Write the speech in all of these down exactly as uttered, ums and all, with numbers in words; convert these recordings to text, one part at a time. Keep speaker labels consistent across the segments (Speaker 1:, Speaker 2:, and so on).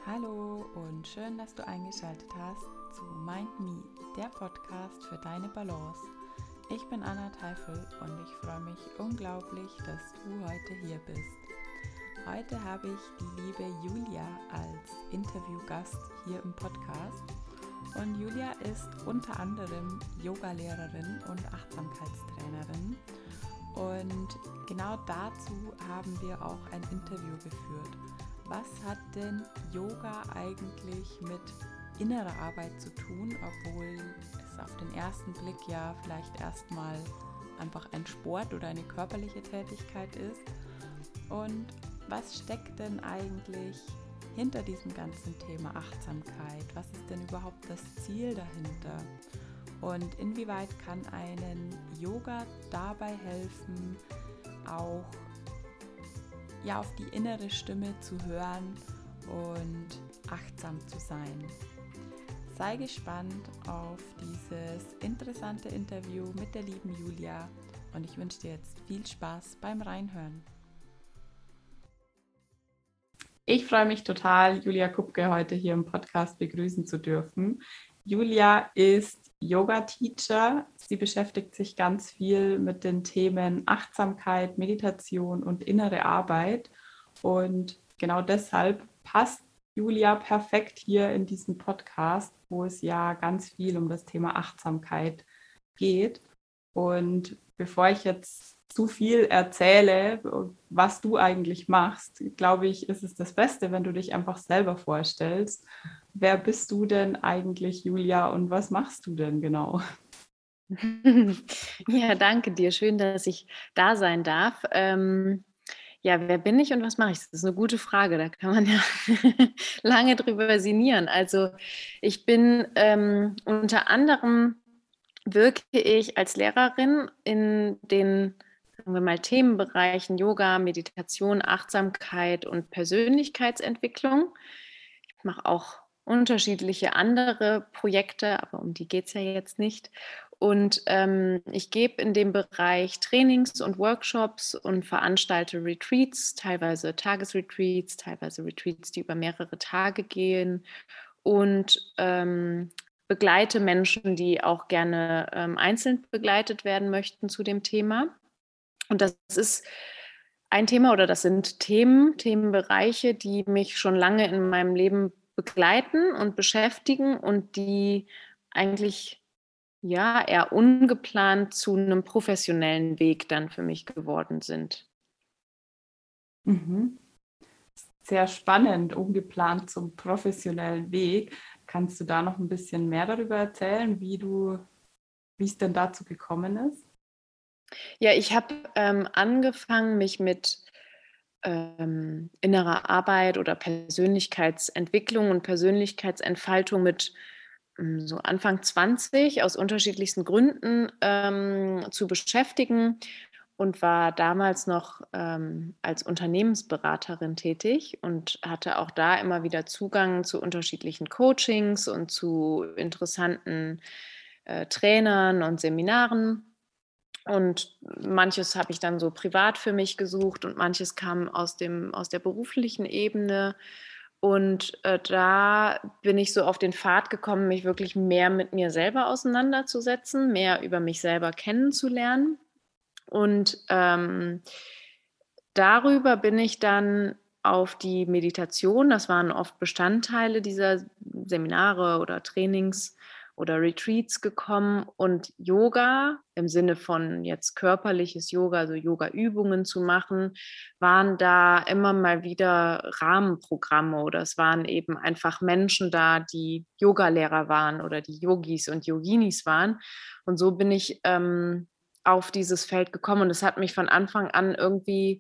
Speaker 1: Hallo und schön, dass du eingeschaltet hast zu Mind Me, der Podcast für deine Balance. Ich bin Anna Teifel und ich freue mich unglaublich, dass du heute hier bist. Heute habe ich die liebe Julia als Interviewgast hier im Podcast. Und Julia ist unter anderem Yogalehrerin und Achtsamkeitstrainerin. Und genau dazu haben wir auch ein Interview geführt. Was hat denn Yoga eigentlich mit innerer Arbeit zu tun, obwohl es auf den ersten Blick ja vielleicht erstmal einfach ein Sport oder eine körperliche Tätigkeit ist? Und was steckt denn eigentlich hinter diesem ganzen Thema Achtsamkeit? Was ist denn überhaupt das Ziel dahinter? Und inwieweit kann einen Yoga dabei helfen, auch ja, auf die innere Stimme zu hören und achtsam zu sein? Sei gespannt auf dieses interessante Interview mit der lieben Julia und ich wünsche dir jetzt viel Spaß beim Reinhören. Ich freue mich total, Julia Kupke heute hier im Podcast begrüßen zu dürfen. Julia ist Yoga-Teacher. Sie beschäftigt sich ganz viel mit den Themen Achtsamkeit, Meditation und innere Arbeit. Und genau deshalb passt Julia perfekt hier in diesen Podcast, wo es ja ganz viel um das Thema Achtsamkeit geht. Und bevor ich jetzt zu viel erzähle, was du eigentlich machst, glaube ich, ist es das Beste, wenn du dich einfach selber vorstellst. Wer bist du denn eigentlich, Julia, und was machst du denn genau?
Speaker 2: Ja, danke dir. Schön, dass ich da sein darf. Ähm, ja, wer bin ich und was mache ich? Das ist eine gute Frage. Da kann man ja lange drüber sinnieren. Also ich bin ähm, unter anderem wirke ich als Lehrerin in den, sagen wir mal, Themenbereichen Yoga, Meditation, Achtsamkeit und Persönlichkeitsentwicklung. Ich mache auch unterschiedliche andere Projekte, aber um die geht es ja jetzt nicht. Und ähm, ich gebe in dem Bereich Trainings und Workshops und veranstalte Retreats, teilweise Tagesretreats, teilweise Retreats, die über mehrere Tage gehen. Und ähm, begleite Menschen, die auch gerne ähm, einzeln begleitet werden möchten zu dem Thema. Und das ist ein Thema oder das sind Themen, Themenbereiche, die mich schon lange in meinem Leben begleiten und beschäftigen und die eigentlich ja eher ungeplant zu einem professionellen Weg dann für mich geworden sind.
Speaker 1: Mhm. Sehr spannend, ungeplant zum professionellen Weg. Kannst du da noch ein bisschen mehr darüber erzählen, wie du, wie es denn dazu gekommen ist?
Speaker 2: Ja, ich habe ähm, angefangen, mich mit ähm, innerer Arbeit oder Persönlichkeitsentwicklung und Persönlichkeitsentfaltung mit ähm, so Anfang zwanzig aus unterschiedlichsten Gründen ähm, zu beschäftigen und war damals noch ähm, als Unternehmensberaterin tätig und hatte auch da immer wieder Zugang zu unterschiedlichen Coachings und zu interessanten äh, Trainern und Seminaren. Und manches habe ich dann so privat für mich gesucht und manches kam aus dem, aus der beruflichen Ebene. Und äh, da bin ich so auf den Pfad gekommen, mich wirklich mehr mit mir selber auseinanderzusetzen, mehr über mich selber kennenzulernen. Und ähm, darüber bin ich dann auf die Meditation, das waren oft Bestandteile dieser Seminare oder Trainings oder Retreats gekommen und Yoga im Sinne von jetzt körperliches Yoga, also Yoga-Übungen zu machen, waren da immer mal wieder Rahmenprogramme oder es waren eben einfach Menschen da, die Yogalehrer waren oder die Yogis und Yoginis waren. Und so bin ich ähm, auf dieses Feld gekommen und es hat mich von Anfang an irgendwie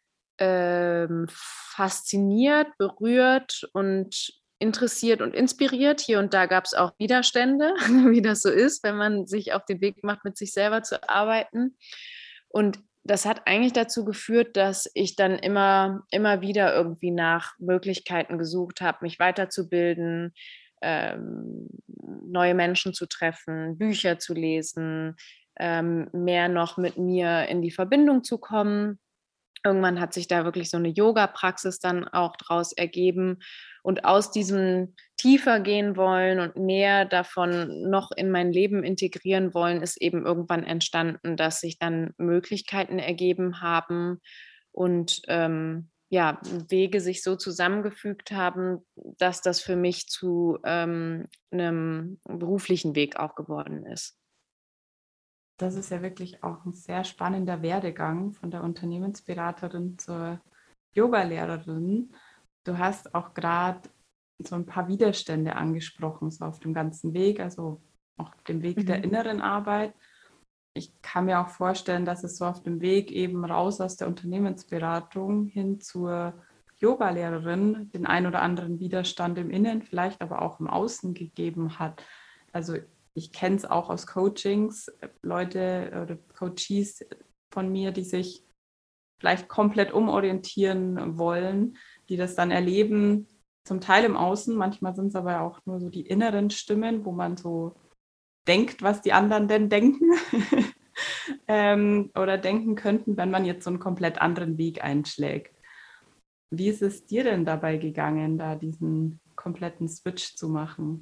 Speaker 2: ähm, fasziniert, berührt und interessiert und inspiriert. Hier und da gab es auch Widerstände, wie das so ist, wenn man sich auf den Weg macht, mit sich selber zu arbeiten. Und das hat eigentlich dazu geführt, dass ich dann immer, immer wieder irgendwie nach Möglichkeiten gesucht habe, mich weiterzubilden, ähm, neue Menschen zu treffen, Bücher zu lesen, ähm, mehr noch mit mir in die Verbindung zu kommen Irgendwann hat sich da wirklich so eine Yoga-Praxis dann auch draus ergeben. Und aus diesem tiefer gehen wollen und mehr davon noch in mein Leben integrieren wollen, ist eben irgendwann entstanden, dass sich dann Möglichkeiten ergeben haben und, ähm, ja, Wege sich so zusammengefügt haben, dass das für mich zu, ähm, 'nem beruflichen Weg auch geworden ist.
Speaker 1: Das ist ja wirklich auch ein sehr spannender Werdegang von der Unternehmensberaterin zur Yogalehrerin. Du hast auch gerade so ein paar Widerstände angesprochen, so auf dem ganzen Weg, also auch auf dem Weg der
Speaker 2: Mhm.
Speaker 1: inneren Arbeit. Ich kann mir auch vorstellen, dass es so auf dem Weg eben raus aus der Unternehmensberatung hin zur Yogalehrerin den ein oder anderen Widerstand im Innen, vielleicht aber auch im Außen gegeben hat. Also ich kenne es auch aus Coachings, Leute oder Coaches von mir, die sich vielleicht komplett umorientieren wollen, die das dann erleben, zum Teil im Außen, manchmal sind es aber auch nur so die inneren Stimmen, wo man so denkt, was die anderen denn denken ähm, oder denken könnten, wenn man jetzt so einen komplett anderen Weg einschlägt. Wie ist es dir denn dabei gegangen, da diesen kompletten Switch zu machen?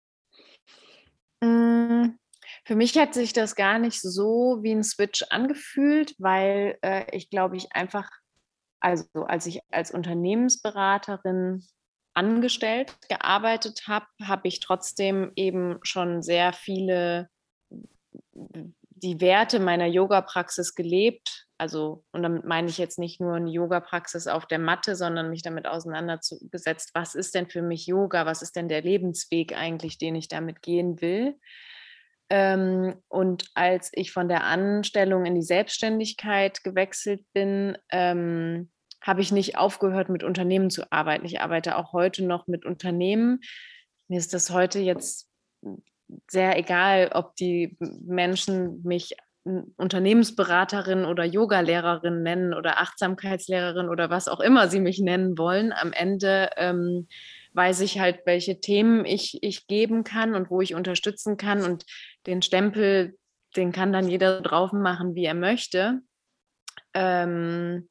Speaker 2: Hm, für mich hat sich das gar nicht so wie 'n Switch angefühlt, weil, äh, ich glaube, ich einfach also, als ich als Unternehmensberaterin angestellt gearbeitet habe, habe ich trotzdem eben schon sehr viele die Werte meiner Yogapraxis gelebt. Also, und damit meine ich jetzt nicht nur 'ne Yogapraxis auf der Matte, sondern mich damit auseinandergesetzt: „Was ist denn für mich Yoga? Was ist denn der Lebensweg eigentlich, den ich damit gehen will?“ Ähm, und als ich von der Anstellung in die Selbstständigkeit gewechselt bin, ähm, habe ich nicht aufgehört, mit Unternehmen zu arbeiten. Ich arbeite auch heute noch mit Unternehmen. Mir ist das heute jetzt sehr egal, ob die Menschen mich hm, Unternehmensberaterin oder Yogalehrerin nennen oder Achtsamkeitslehrerin oder was auch immer sie mich nennen wollen. Am Ende, ähm, weiß ich halt, welche Themen ich ich geben kann und wo ich unterstützen kann, und den Stempel, den kann dann jeder drauf machen, wie er möchte. Ähm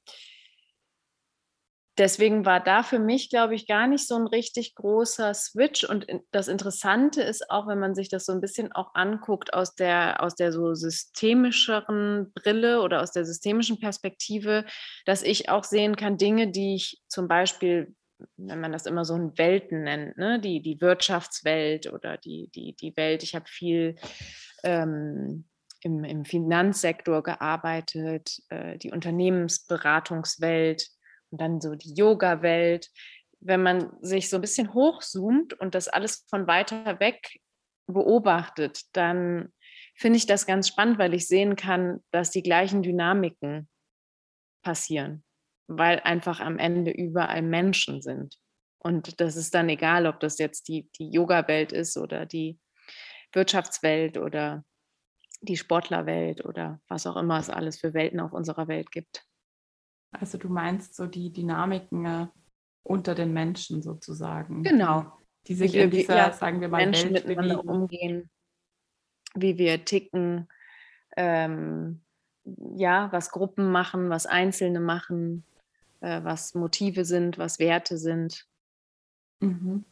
Speaker 2: Deswegen war da für mich, glaube ich, gar nicht so 'n richtig großer Switch, und in das Interessante ist auch, wenn man sich das so 'n bisschen auch anguckt aus der aus der so systemischeren Brille oder aus der systemischen Perspektive, dass ich auch sehen kann, Dinge, die ich zum Beispiel, wenn man das immer so in Welten nennt, ne, die die Wirtschaftswelt oder die die die Welt, ich habe viel, ähm, im im Finanzsektor gearbeitet, äh, die Unternehmensberatungswelt und dann so die Yoga-Welt. Wenn man sich so 'n bisschen hochzoomt und das alles von weiter weg beobachtet, dann finde ich das ganz spannend, weil ich sehen kann, dass die gleichen Dynamiken passieren, weil einfach am Ende überall Menschen sind. Und das ist dann egal, ob das jetzt die die Yoga-Welt ist oder die Wirtschaftswelt oder die Sportlerwelt oder was auch immer es alles für Welten auf unserer Welt gibt.
Speaker 1: Also du meinst so die Dynamiken äh, unter den Menschen sozusagen,
Speaker 2: Genau.
Speaker 1: die, die
Speaker 2: Wie
Speaker 1: sich in
Speaker 2: wir wie
Speaker 1: dieser,
Speaker 2: ja,
Speaker 1: sagen wir
Speaker 2: wie
Speaker 1: mal,
Speaker 2: Menschen
Speaker 1: Welt
Speaker 2: miteinander
Speaker 1: bewegen.
Speaker 2: umgehen, wie wir ticken, ähm, ja, was Gruppen machen, was Einzelne machen, äh, was Motive sind, was Werte sind.
Speaker 1: Mhm.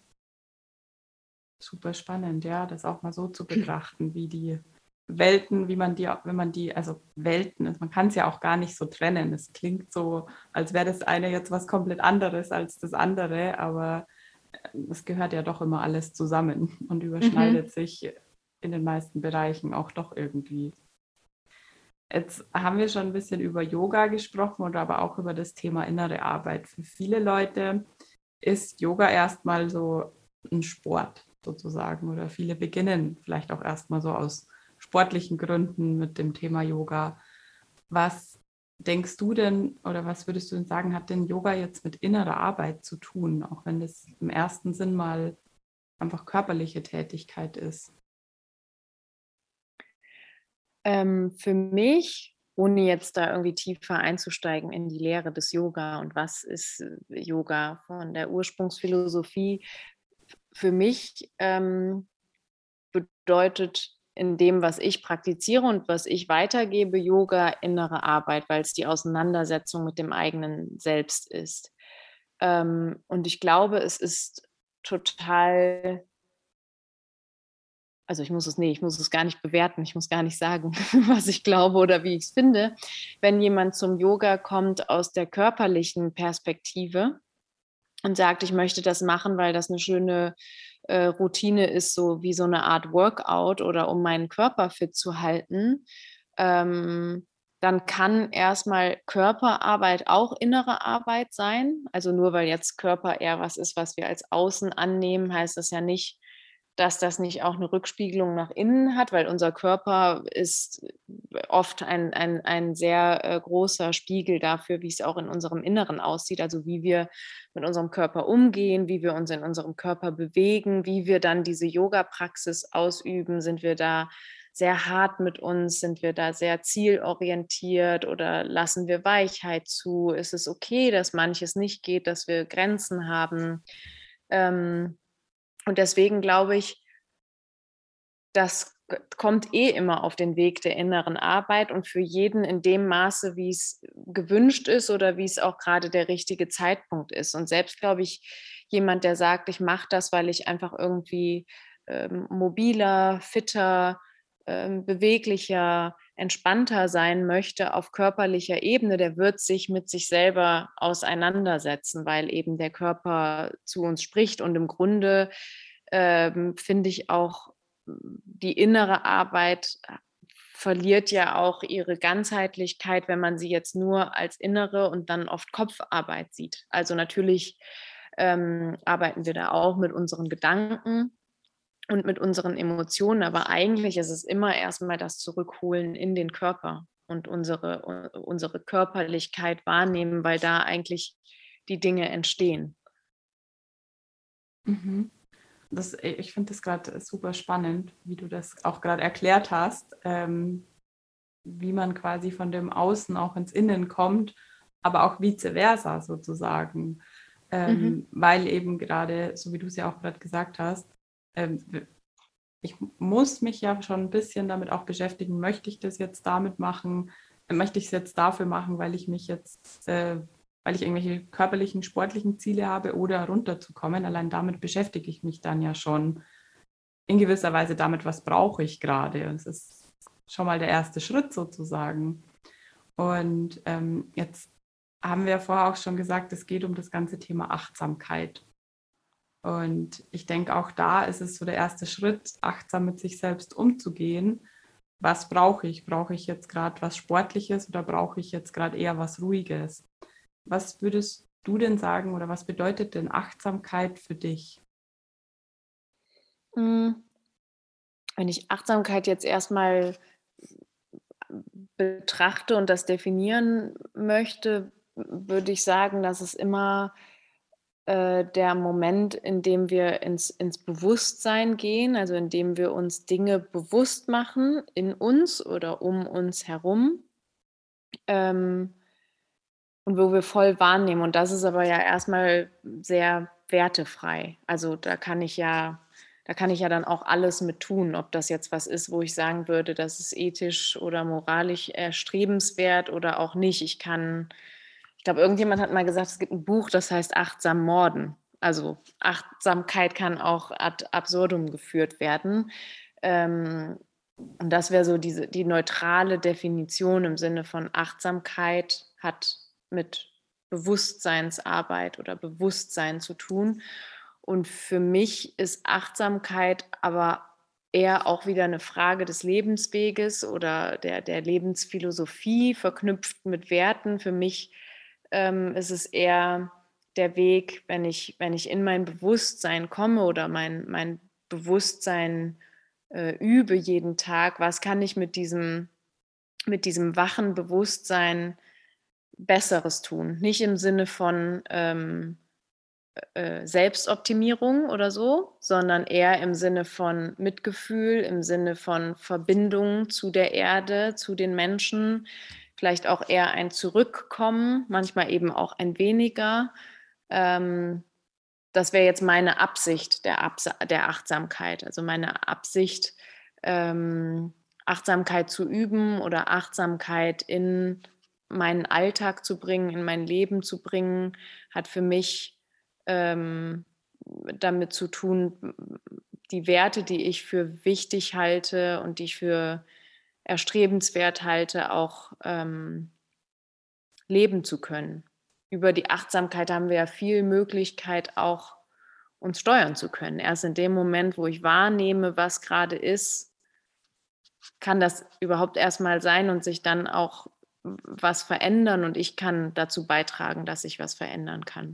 Speaker 1: Super spannend, ja, das auch mal so zu betrachten, wie die Welten, wie man die, wenn man die, also Welten, also man kann es ja auch gar nicht so trennen. Es klingt so, als wäre das eine jetzt was komplett anderes als das andere, aber äh, es gehört ja doch immer alles zusammen und
Speaker 2: Mhm.
Speaker 1: überschneidet sich in den meisten Bereichen auch doch irgendwie. Jetzt haben wir schon ein bisschen über Yoga gesprochen und aber auch über das Thema innere Arbeit. Für viele Leute ist Yoga erstmal so ein Sport sozusagen, oder viele beginnen vielleicht auch erstmal so aus sportlichen Gründen mit dem Thema Yoga. Was denkst du denn oder was würdest du denn sagen, hat denn Yoga jetzt mit innerer Arbeit zu tun, auch wenn das im ersten Sinn mal einfach körperliche Tätigkeit ist?
Speaker 2: Ähm, für mich, ohne jetzt da irgendwie tiefer einzusteigen in die Lehre des Yoga und was ist, äh, Yoga von der Ursprungsphilosophie, für mich, ähm, bedeutet in dem, was ich praktiziere und was ich weitergebe, Yoga, innere Arbeit, weil es die Auseinandersetzung mit dem eigenen Selbst ist. Ähm, und ich glaube, es ist total also ich muss es nee, ich muss es gar nicht bewerten, ich muss gar nicht sagen, was ich glaube oder wie ich es finde. Wenn jemand zum Yoga kommt aus der körperlichen Perspektive und sagt: „Ich möchte das machen, weil das eine schöne, äh, Routine ist, so wie so eine Art Workout oder um meinen Körper fit zu halten“, ähm, dann kann erstmal Körperarbeit auch innere Arbeit sein. Also, nur weil jetzt Körper eher was ist, was wir als außen annehmen, heißt das ja nicht, dass das nicht auch eine Rückspiegelung nach innen hat, weil unser Körper ist oft ein ein ein sehr, äh, großer Spiegel dafür, wie es auch in unserem Inneren aussieht, also wie wir mit unserem Körper umgehen, wie wir uns in unserem Körper bewegen, wie wir dann diese Yoga-Praxis ausüben. Sind wir da sehr hart mit uns? Sind wir da sehr zielorientiert oder lassen wir Weichheit zu? Ist es okay, dass manches nicht geht, dass wir Grenzen haben? Ähm, und deswegen glaube ich, das g kommt eh immer auf den Weg der inneren Arbeit und für jeden in dem Maße, wie es gewünscht ist oder wie es auch gerade der richtige Zeitpunkt ist. Und selbst, glaube ich, jemand, der sagt: „Ich mache das, weil ich einfach irgendwie, ähm, mobiler, fitter, ähm, beweglicher, entspannter sein möchte auf körperlicher Ebene“, der wird sich mit sich selber auseinandersetzen, weil eben der Körper zu uns spricht. Und im Grunde, ähm, finde ich auch die innere Arbeit äh, verliert ja auch ihre Ganzheitlichkeit, wenn man sie jetzt nur als innere und dann oft Kopfarbeit sieht. Also natürlich ähm, arbeiten wir da auch mit unseren Gedanken und mit unseren Emotionen, aber eigentlich ist es immer erstmal das Zurückholen in den Körper und unsere, unsere Körperlichkeit wahrnehmen, weil da eigentlich die Dinge entstehen.
Speaker 1: Mhm. Das, ich finde das gerade super spannend, wie du das auch gerade erklärt hast, ähm, wie man quasi von dem Außen auch ins Innen kommt, aber auch vice versa sozusagen.
Speaker 2: Mhm.
Speaker 1: Ähm, weil eben gerade, so wie du es ja auch gerade gesagt hast, ähm, ich muss mich ja schon ein bisschen damit auch beschäftigen, möchte ich das jetzt damit machen, möchte ich es jetzt dafür machen, weil ich mich jetzt, äh, weil ich irgendwelche körperlichen, sportlichen Ziele habe oder runterzukommen. Allein damit beschäftige ich mich dann ja schon in gewisser Weise damit, was brauche ich gerade. Und es ist schon mal der erste Schritt sozusagen. Und ähm, jetzt haben wir ja vorher auch schon gesagt, es geht um das ganze Thema Achtsamkeit. Und ich denke, auch da ist es so der erste Schritt, achtsam mit sich selbst umzugehen. Was brauche ich? Brauche ich jetzt gerade was Sportliches oder brauche ich jetzt gerade eher was Ruhiges? Was würdest du denn sagen oder was bedeutet denn Achtsamkeit für dich?
Speaker 2: Mm, Wenn ich Achtsamkeit jetzt erstmal betrachte und das definieren möchte, würde ich sagen, dass es immer äh, der Moment, in dem wir ins, ins Bewusstsein gehen, also in dem wir uns Dinge bewusst machen in uns oder um uns herum, ähm, und wo wir voll wahrnehmen. Und das ist aber ja erstmal sehr wertefrei. Also da kann ich ja, da kann ich ja dann auch alles mit tun, ob das jetzt was ist, wo ich sagen würde, das ist ethisch oder moralisch erstrebenswert oder auch nicht. Ich kann, ich glaube, irgendjemand hat mal gesagt, es gibt ein Buch, das heißt Achtsam Morden. Also Achtsamkeit kann auch ad absurdum geführt werden. Ähm, und das wäre so diese, die neutrale Definition im Sinne von Achtsamkeit hat mit Bewusstseinsarbeit oder Bewusstsein zu tun. Und für mich ist Achtsamkeit aber eher auch wieder eine Frage des Lebensweges oder der, der Lebensphilosophie verknüpft mit Werten. Für mich ähm, ist es eher der Weg, wenn ich, wenn ich in mein Bewusstsein komme oder mein, mein Bewusstsein äh, übe jeden Tag, was kann ich mit diesem, mit diesem wachen Bewusstsein Besseres tun. Nicht im Sinne von ähm, äh, Selbstoptimierung oder so, sondern eher im Sinne von Mitgefühl, im Sinne von Verbindung zu der Erde, zu den Menschen, vielleicht auch eher ein Zurückkommen, manchmal eben auch ein weniger. Ähm, das wäre jetzt meine Absicht der, Abs der Achtsamkeit, also meine Absicht, ähm, Achtsamkeit zu üben oder Achtsamkeit in meinen Alltag zu bringen, in mein Leben zu bringen, hat für mich ähm, damit zu tun, die Werte, die ich für wichtig halte und die ich für erstrebenswert halte, auch ähm, leben zu können. Über die Achtsamkeit haben wir ja viel Möglichkeit, auch uns steuern zu können. Erst in dem Moment, wo ich wahrnehme, was gerade ist, kann das überhaupt erstmal sein und sich dann auch was verändern und ich kann dazu beitragen, dass sich was verändern kann.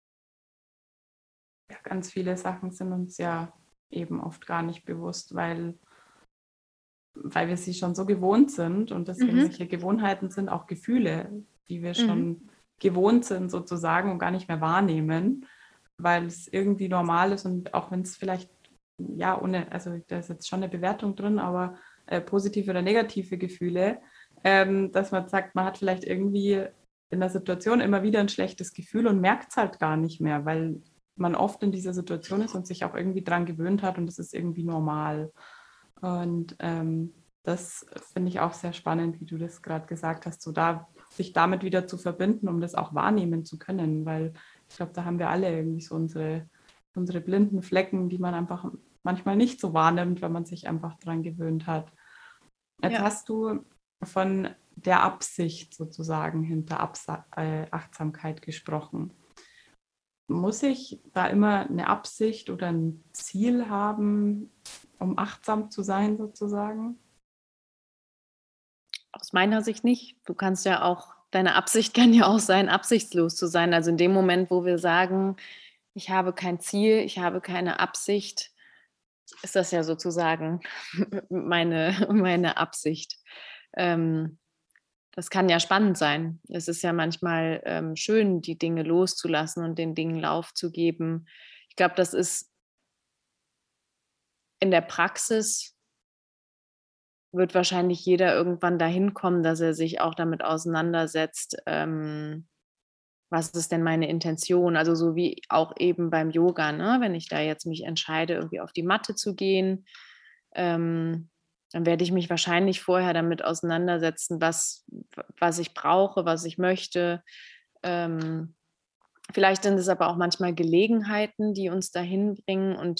Speaker 1: Ja, ganz viele Sachen sind uns ja eben oft gar nicht bewusst, weil, weil wir sie schon so gewohnt sind und deswegen
Speaker 2: Mhm.
Speaker 1: solche Gewohnheiten sind auch Gefühle, die wir
Speaker 2: Mhm.
Speaker 1: schon gewohnt sind sozusagen und gar nicht mehr wahrnehmen, weil es irgendwie normal ist und auch wenn es vielleicht, ja, ohne, also da ist jetzt schon eine Bewertung drin, aber äh, positive oder negative Gefühle, ähm, dass man sagt, man hat vielleicht irgendwie in der Situation immer wieder ein schlechtes Gefühl und merkt es halt gar nicht mehr, weil man oft in dieser Situation ist und sich auch irgendwie dran gewöhnt hat und das ist irgendwie normal. Und ähm, das finde ich auch sehr spannend, wie du das gerade gesagt hast, so da sich damit wieder zu verbinden, um das auch wahrnehmen zu können, weil ich glaube, da haben wir alle irgendwie so unsere, unsere blinden Flecken, die man einfach manchmal nicht so wahrnimmt, wenn man sich einfach dran gewöhnt hat. Jetzt
Speaker 2: Ja.
Speaker 1: hast du von der Absicht sozusagen hinter Absa äh, Achtsamkeit gesprochen. Muss ich da immer eine Absicht oder ein Ziel haben, um achtsam zu sein sozusagen?
Speaker 2: Aus meiner Sicht nicht. Du kannst ja auch, deine Absicht kann ja auch sein, absichtslos zu sein. Also in dem Moment, wo wir sagen, ich habe kein Ziel, ich habe keine Absicht, ist das ja sozusagen meine, meine Absicht. Ähm, das kann ja spannend sein. Es ist ja manchmal ähm, schön, die Dinge loszulassen und den Dingen Lauf zu geben. Ich glaube, das ist in der Praxis, wird wahrscheinlich jeder irgendwann dahin kommen, dass er sich auch damit auseinandersetzt, ähm, was ist denn meine Intention? Also so wie auch eben beim Yoga, ne? Wenn ich da jetzt mich entscheide, irgendwie auf die Matte zu gehen, ähm, dann werde ich mich wahrscheinlich vorher damit auseinandersetzen, was, was ich brauche, was ich möchte. Ähm, vielleicht sind es aber auch manchmal Gelegenheiten, die uns dahin bringen und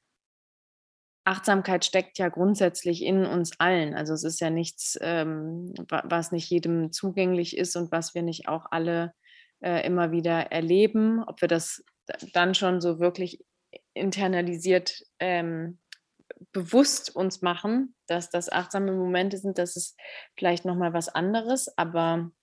Speaker 2: Achtsamkeit steckt ja grundsätzlich in uns allen. Also es ist ja nichts, ähm, wa was nicht jedem zugänglich ist und was wir nicht auch alle äh, immer wieder erleben. Ob wir das dann schon so wirklich internalisiert ähm, bewusst uns machen, dass das achtsame Momente sind, das ist vielleicht noch mal was anderes. Aber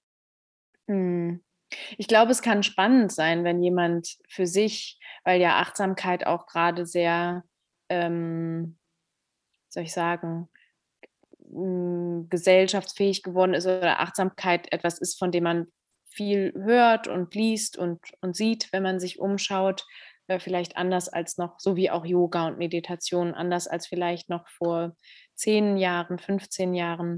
Speaker 2: hm, ich glaube, es kann spannend sein, wenn jemand für sich, weil ja Achtsamkeit auch gerade sehr ähm, soll ich sagen, hm, gesellschaftsfähig geworden ist oder Achtsamkeit etwas ist, von dem man viel hört und liest und und sieht, wenn man sich umschaut, äh, vielleicht anders als noch so wie auch Yoga und Meditation, anders als vielleicht noch vor zehn Jahren, fünfzehn Jahren.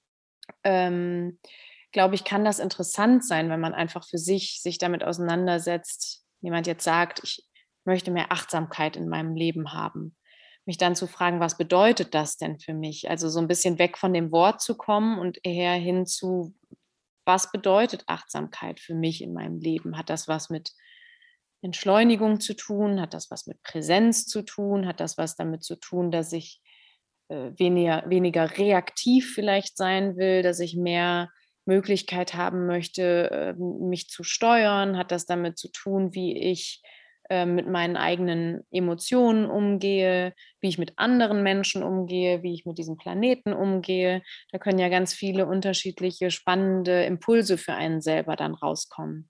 Speaker 2: Ähm, glaube ich, kann das interessant sein, wenn man einfach für sich sich damit auseinandersetzt. Jemand jetzt sagt: „Ich möchte mehr Achtsamkeit in meinem Leben haben.“ Mich dann zu fragen: „Was bedeutet das denn für mich?“ Also, so ein bisschen weg von dem Wort zu kommen und eher hin zu: „Was bedeutet Achtsamkeit für mich in meinem Leben?“ Hat das was mit Entschleunigung zu tun? Hat das was mit Präsenz zu tun? Hat das was damit zu tun, dass ich äh, weniger, weniger reaktiv vielleicht sein will, dass ich mehr Möglichkeit haben möchte, äh, mich zu steuern? Hat das damit zu tun, wie ich äh, mit meinen eigenen Emotionen umgehe, wie ich mit anderen Menschen umgehe, wie ich mit diesem Planeten umgehe? Da können ja ganz viele unterschiedliche spannende Impulse für einen selber dann rauskommen.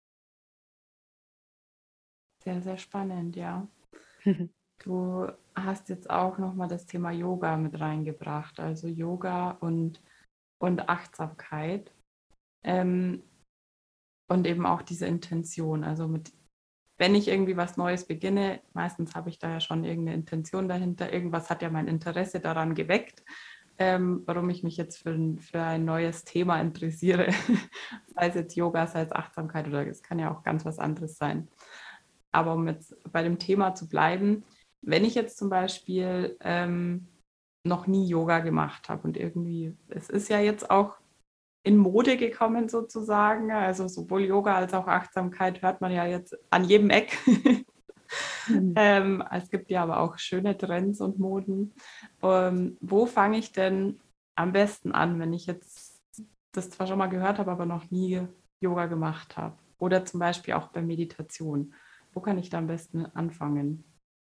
Speaker 1: Sehr, sehr spannend, ja. Du hast jetzt auch nochmal das Thema Yoga mit reingebracht, also Yoga und, und Achtsamkeit ähm, und eben auch diese Intention. Also mit, wenn ich irgendwie was Neues beginne, meistens habe ich da ja schon irgendeine Intention dahinter. Irgendwas hat ja mein Interesse daran geweckt, ähm, warum ich mich jetzt für ein, für ein neues Thema interessiere. Sei es jetzt Yoga, sei es Achtsamkeit oder es kann ja auch ganz was anderes sein. Aber um jetzt bei dem Thema zu bleiben, wenn ich jetzt zum Beispiel ähm, noch nie Yoga gemacht habe. Und irgendwie, es ist ja jetzt auch in Mode gekommen sozusagen. Also sowohl Yoga als auch Achtsamkeit hört man ja jetzt an jedem Eck. Mhm. ähm, es gibt ja aber auch schöne Trends und Moden. Ähm, wo fange ich denn am besten an, wenn ich jetzt das zwar schon mal gehört habe, aber noch nie Yoga gemacht habe? Oder zum Beispiel auch bei Meditation. Wo kann ich da am besten anfangen?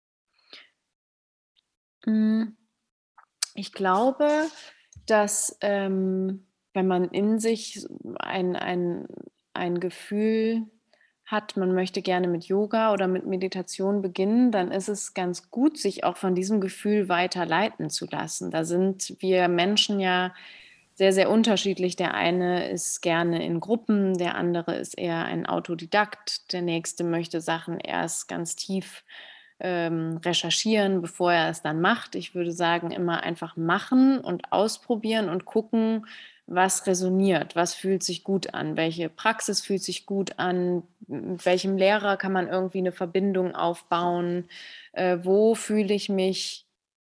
Speaker 2: Ich glaube, dass ähm, wenn man in sich ein, ein, ein Gefühl hat, man möchte gerne mit Yoga oder mit Meditation beginnen, dann ist es ganz gut, sich auch von diesem Gefühl weiter leiten zu lassen. Da sind wir Menschen ja sehr, sehr unterschiedlich. Der eine ist gerne in Gruppen, der andere ist eher ein Autodidakt, der nächste möchte Sachen erst ganz tief ähm, recherchieren, bevor er es dann macht. Ich würde sagen, immer einfach machen und ausprobieren und gucken, was resoniert, was fühlt sich gut an, welche Praxis fühlt sich gut an, mit welchem Lehrer kann man irgendwie eine Verbindung aufbauen, äh, wo fühle ich mich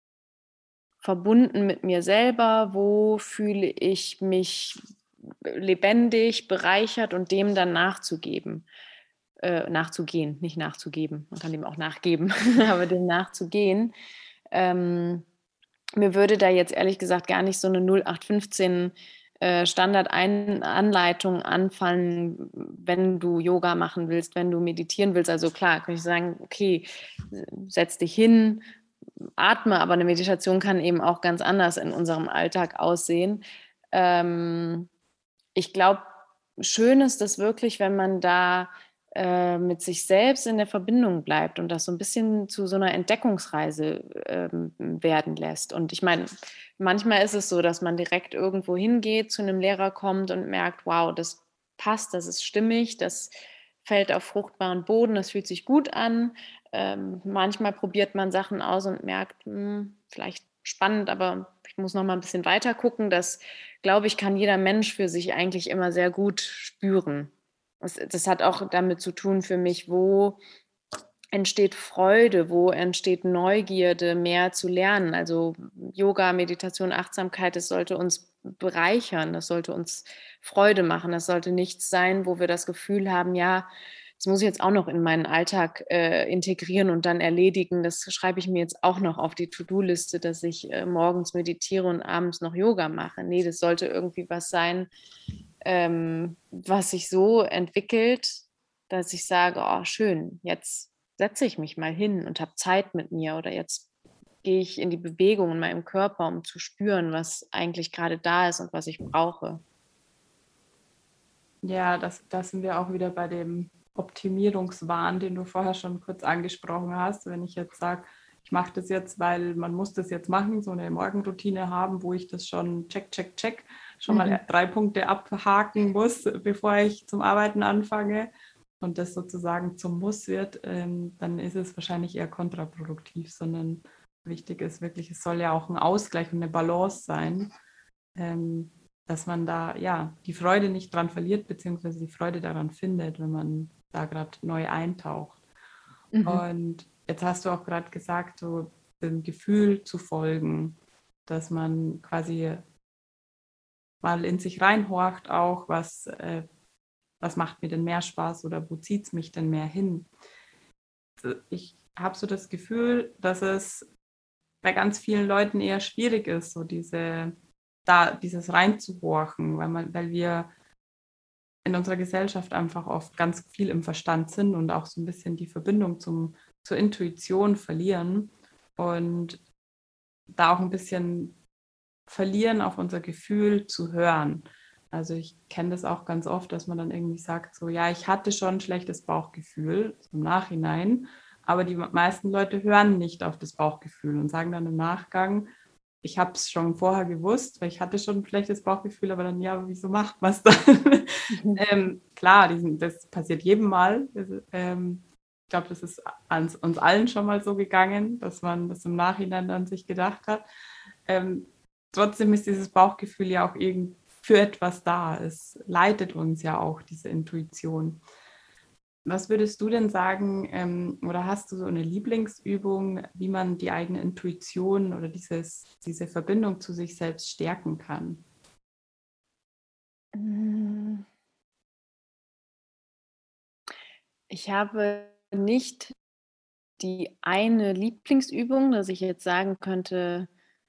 Speaker 2: verbunden mit mir selber, wo fühle ich mich lebendig, bereichert und dem dann nachzugeben. Äh, nachzugehen, nicht nachzugeben. Man kann dem auch nachgeben, aber dem nachzugehen. Ähm, mir würde da jetzt ehrlich gesagt gar nicht so eine null acht fünfzehn äh, Standard-Anleitung anfallen, wenn du Yoga machen willst, wenn du meditieren willst. Also klar, kann ich sagen, okay, setz dich hin, atme, aber eine Meditation kann eben auch ganz anders in unserem Alltag aussehen. Ähm, ich glaube, schön ist das wirklich, wenn man da äh, mit sich selbst in der Verbindung bleibt und das so ein bisschen zu so einer Entdeckungsreise ähm, werden lässt. Und ich meine, manchmal ist es so, dass man direkt irgendwo hingeht, zu einem Lehrer kommt und merkt, wow, das passt, das ist stimmig, das fällt auf fruchtbaren Boden, das fühlt sich gut an. Ähm, manchmal probiert man Sachen aus und merkt, hm, vielleicht spannend, aber ich muss noch mal ein bisschen weiter gucken. Das, glaube ich, kann jeder Mensch für sich eigentlich immer sehr gut spüren. Das, das hat auch damit zu tun für mich, wo entsteht Freude, wo entsteht Neugierde, mehr zu lernen. Also Yoga, Meditation, Achtsamkeit, das sollte uns bereichern, das sollte uns Freude machen, das sollte nichts sein, wo wir das Gefühl haben, ja, das muss ich jetzt auch noch in meinen Alltag äh, integrieren und dann erledigen. Das schreibe ich mir jetzt auch noch auf die To-Do-Liste, dass ich äh, morgens meditiere und abends noch Yoga mache. Nee, das sollte irgendwie was sein, ähm, was sich so entwickelt, dass ich sage, oh schön, jetzt setze ich mich mal hin und habe Zeit mit mir oder jetzt gehe ich in die Bewegung in meinem Körper, um zu spüren, was eigentlich gerade da ist und was ich brauche.
Speaker 1: Ja, das, da sind wir auch wieder bei dem Optimierungswahn, den du vorher schon kurz angesprochen hast. Wenn ich jetzt sage, ich mache das jetzt, weil man muss das jetzt machen, so eine Morgenroutine haben, wo ich das schon check, check, check, schon mal
Speaker 2: Mhm.
Speaker 1: drei Punkte abhaken muss, bevor ich zum Arbeiten anfange und das sozusagen zum Muss wird, ähm, dann ist es wahrscheinlich eher kontraproduktiv, sondern wichtig ist wirklich, es soll ja auch ein Ausgleich und eine Balance sein. Ähm, dass man da ja die Freude nicht dran verliert, beziehungsweise die Freude daran findet, wenn man da gerade neu eintaucht.
Speaker 2: Mhm.
Speaker 1: Und jetzt hast du auch gerade gesagt, so dem Gefühl zu folgen, dass man quasi mal in sich reinhorcht auch, was, äh, was macht mir denn mehr Spaß oder wo zieht es mich denn mehr hin. Ich habe so das Gefühl, dass es bei ganz vielen Leuten eher schwierig ist, so diese, da dieses reinzuhorchen, weil man, weil wir in unserer Gesellschaft einfach oft ganz viel im Verstand sind und auch so ein bisschen die Verbindung zum, zur Intuition verlieren und da auch ein bisschen verlieren, auf unser Gefühl zu hören. Also ich kenne das auch ganz oft, dass man dann irgendwie sagt, so ja, ich hatte schon ein schlechtes Bauchgefühl im Nachhinein, aber die meisten Leute hören nicht auf das Bauchgefühl und sagen dann im Nachgang, ich habe es schon vorher gewusst, weil ich hatte schon ein schlechtes Bauchgefühl, aber dann, ja, wieso macht man es dann?
Speaker 2: Mhm.
Speaker 1: ähm, klar, diesen, das passiert jedem Mal. Das, ähm, ich glaube, das ist ans, uns allen schon mal so gegangen, dass man das im Nachhinein dann sich gedacht hat. Ähm, trotzdem ist dieses Bauchgefühl ja auch irgend für etwas da. Es leitet uns ja auch, diese Intuition. Was würdest du denn sagen, ähm, oder hast du so eine Lieblingsübung, wie man die eigene Intuition oder dieses, diese Verbindung zu sich selbst stärken kann?
Speaker 2: Hm, Ich habe nicht die eine Lieblingsübung, dass ich jetzt sagen könnte,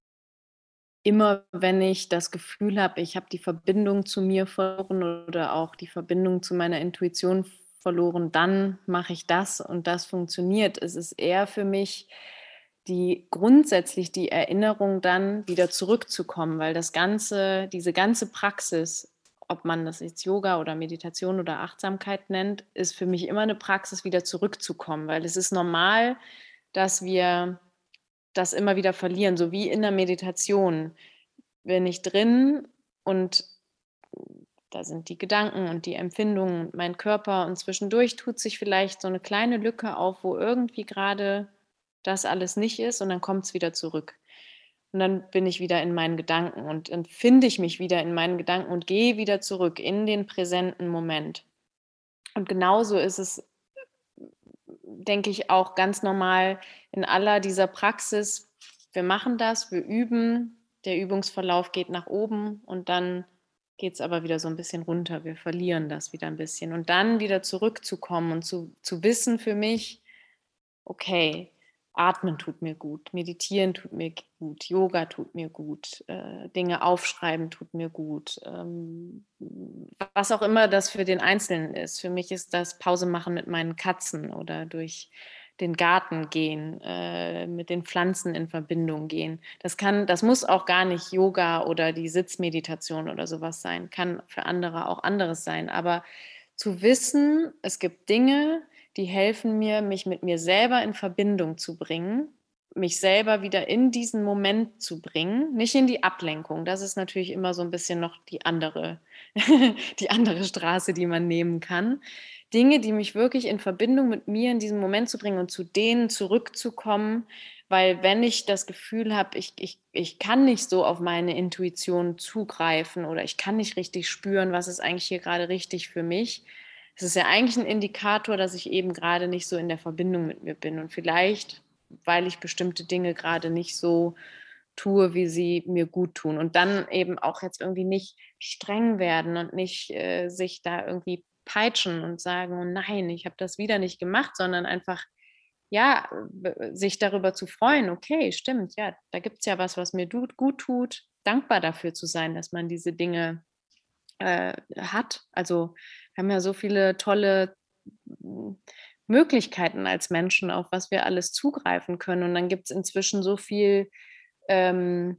Speaker 2: immer wenn ich das Gefühl habe, ich habe die Verbindung zu mir verloren oder auch die Verbindung zu meiner Intuition verloren, dann mache ich das und das funktioniert. Es ist eher für mich die grundsätzlich die Erinnerung, dann wieder zurückzukommen, weil das ganze, diese ganze Praxis, ob man das jetzt Yoga oder Meditation oder Achtsamkeit nennt, ist für mich immer eine Praxis, wieder zurückzukommen, weil es ist normal, dass wir das immer wieder verlieren, so wie in der Meditation bin ich drin und da sind die Gedanken und die Empfindungen und mein Körper und zwischendurch tut sich vielleicht so eine kleine Lücke auf, wo irgendwie gerade das alles nicht ist und dann kommt es wieder zurück. Und dann bin ich wieder in meinen Gedanken und dann finde ich mich wieder in meinen Gedanken und gehe wieder zurück in den präsenten Moment. Und genauso ist es, denke ich, auch ganz normal in aller dieser Praxis. Wir machen das, wir üben, der Übungsverlauf geht nach oben und dann geht es aber wieder so ein bisschen runter. Wir verlieren das wieder ein bisschen. Und dann wieder zurückzukommen und zu, zu wissen für mich, okay, atmen tut mir gut, meditieren tut mir gut, Yoga tut mir gut, äh, Dinge aufschreiben tut mir gut, ähm, was auch immer das für den Einzelnen ist. Für mich ist das Pause machen mit meinen Katzen oder durch den Garten gehen, äh, mit den Pflanzen in Verbindung gehen. Das kann, das muss auch gar nicht Yoga oder die Sitzmeditation oder sowas sein, kann für andere auch anderes sein. Aber zu wissen, es gibt Dinge, die helfen mir, mich mit mir selber in Verbindung zu bringen, mich selber wieder in diesen Moment zu bringen, nicht in die Ablenkung. Das ist natürlich immer so ein bisschen noch die andere, die andere Straße, die man nehmen kann. Dinge, die mich wirklich in Verbindung mit mir in diesen Moment zu bringen und zu denen zurückzukommen, weil wenn ich das Gefühl habe, ich, ich, ich kann nicht so auf meine Intuition zugreifen oder ich kann nicht richtig spüren, was ist eigentlich hier gerade richtig für mich, es ist ja eigentlich ein Indikator, dass ich eben gerade nicht so in der Verbindung mit mir bin und vielleicht, weil ich bestimmte Dinge gerade nicht so tue, wie sie mir gut tun. Und dann eben auch jetzt irgendwie nicht streng werden und nicht äh, sich da irgendwie peitschen und sagen, oh nein, ich habe das wieder nicht gemacht, sondern einfach, ja, sich darüber zu freuen, okay, stimmt, ja, da gibt es ja was, was mir gut tut, dankbar dafür zu sein, dass man diese Dinge äh, hat. Also wir haben ja so viele tolle m, Möglichkeiten als Menschen, auf was wir alles zugreifen können. Und dann gibt es inzwischen so viel, ähm,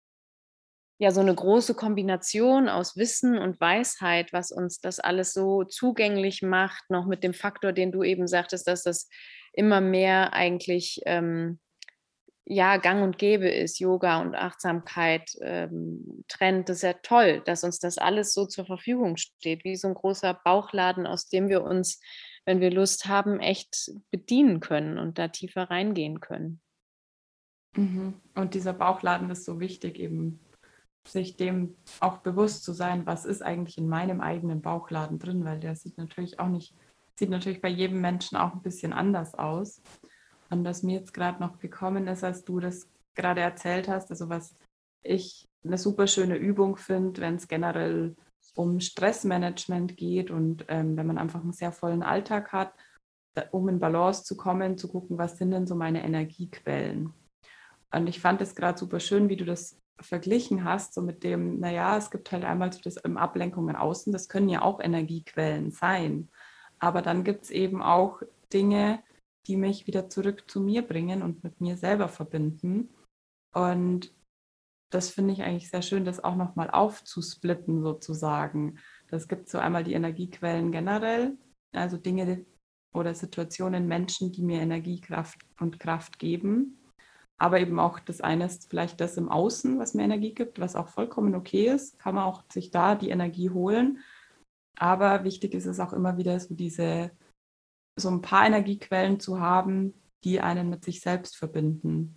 Speaker 2: ja, so eine große Kombination aus Wissen und Weisheit, was uns das alles so zugänglich macht, noch mit dem Faktor, den du eben sagtest, dass das immer mehr eigentlich ähm, ja, gang und gäbe ist, Yoga und Achtsamkeit, ähm, Trend, das ist ja toll, dass uns das alles so zur Verfügung steht, wie so ein großer Bauchladen, aus dem wir uns, wenn wir Lust haben, echt bedienen können und da tiefer reingehen können.
Speaker 1: Mhm. Und dieser Bauchladen ist so wichtig, eben sich dem auch bewusst zu sein, was ist eigentlich in meinem eigenen Bauchladen drin, weil der sieht natürlich auch nicht, sieht natürlich bei jedem Menschen auch ein bisschen anders aus. Und was mir jetzt gerade noch gekommen ist, als du das gerade erzählt hast, also was ich eine super schöne Übung finde, wenn es generell um Stressmanagement geht und ähm, wenn man einfach einen sehr vollen Alltag hat, da, um in Balance zu kommen, zu gucken, was sind denn so meine Energiequellen. Und ich fand es gerade super schön, wie du das verglichen hast, so mit dem, naja, es gibt halt einmal so das um Ablenkungen außen, das können ja auch Energiequellen sein. Aber dann gibt es eben auch Dinge, die mich wieder zurück zu mir bringen und mit mir selber verbinden. Und das finde ich eigentlich sehr schön, das auch nochmal aufzusplitten sozusagen. Das gibt so einmal die Energiequellen generell, also Dinge oder Situationen, Menschen, die mir Energiekraft und Kraft geben. Aber eben auch das eine ist vielleicht das im Außen, was mir Energie gibt, was auch vollkommen okay ist. Kann man auch sich da die Energie holen. Aber wichtig ist es auch immer wieder so diese, so ein paar Energiequellen zu haben, die einen mit sich selbst verbinden.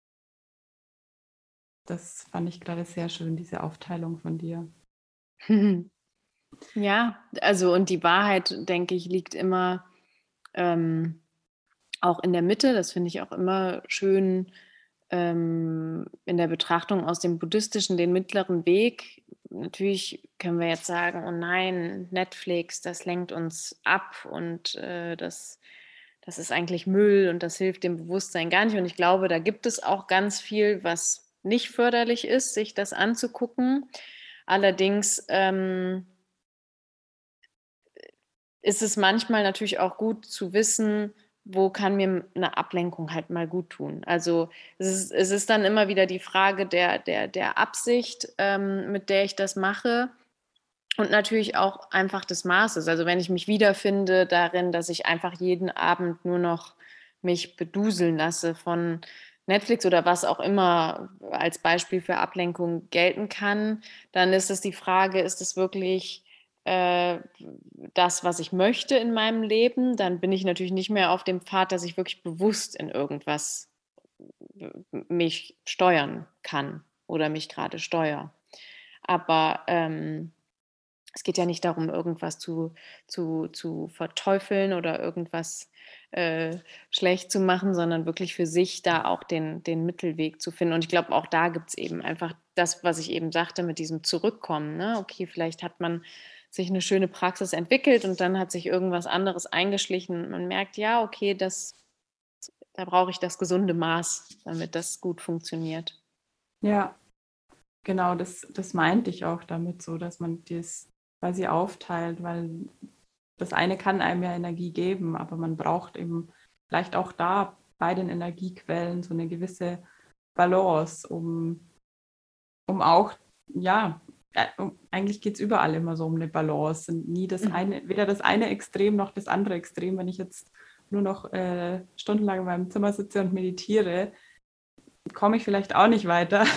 Speaker 1: Das fand ich gerade sehr schön, diese Aufteilung von dir.
Speaker 2: Ja, also und die Wahrheit, denke ich, liegt immer ähm, auch in der Mitte. Das finde ich auch immer schön, ähm, in der Betrachtung aus dem Buddhistischen, den mittleren Weg. Natürlich können wir jetzt sagen, oh nein, Netflix, das lenkt uns ab und äh, das, das ist eigentlich Müll und das hilft dem Bewusstsein gar nicht. Und ich glaube, da gibt es auch ganz viel, was nicht förderlich ist, sich das anzugucken. Allerdings ähm, ist es manchmal natürlich auch gut zu wissen, wo kann mir eine Ablenkung halt mal gut tun. Also es ist, es ist dann immer wieder die Frage der, der, der Absicht, ähm, mit der ich das mache und natürlich auch einfach des Maßes. Also wenn ich mich wiederfinde darin, dass ich einfach jeden Abend nur noch mich beduseln lasse von Netflix oder was auch immer als Beispiel für Ablenkung gelten kann, dann ist es die Frage, ist es wirklich äh, das, was ich möchte in meinem Leben? Dann bin ich natürlich nicht mehr auf dem Pfad, dass ich wirklich bewusst in irgendwas mich steuern kann oder mich gerade steuere. Aber ähm, es geht ja nicht darum, irgendwas zu, zu, zu verteufeln oder irgendwas äh, schlecht zu machen, sondern wirklich für sich da auch den, den Mittelweg zu finden. Und ich glaube, auch da gibt es eben einfach das, was ich eben sagte, mit diesem Zurückkommen. Ne? Okay, vielleicht hat man sich eine schöne Praxis entwickelt und dann hat sich irgendwas anderes eingeschlichen. Man merkt, ja, okay, das, da brauche ich das gesunde Maß, damit das gut funktioniert.
Speaker 1: Ja, genau, das, das meinte ich auch damit so, dass man das quasi aufteilt, weil das eine kann einem ja Energie geben, aber man braucht eben vielleicht auch da bei den Energiequellen so eine gewisse Balance, um, um auch, ja, äh, um, eigentlich geht es überall immer so um eine Balance und nie das eine, weder das eine Extrem noch das andere Extrem. Wenn ich jetzt nur noch äh, stundenlang in meinem Zimmer sitze und meditiere, komme ich vielleicht auch nicht weiter,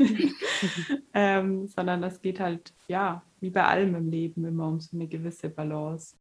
Speaker 1: ähm, sondern das geht halt, ja, wie bei allem im Leben immer um so eine gewisse Balance.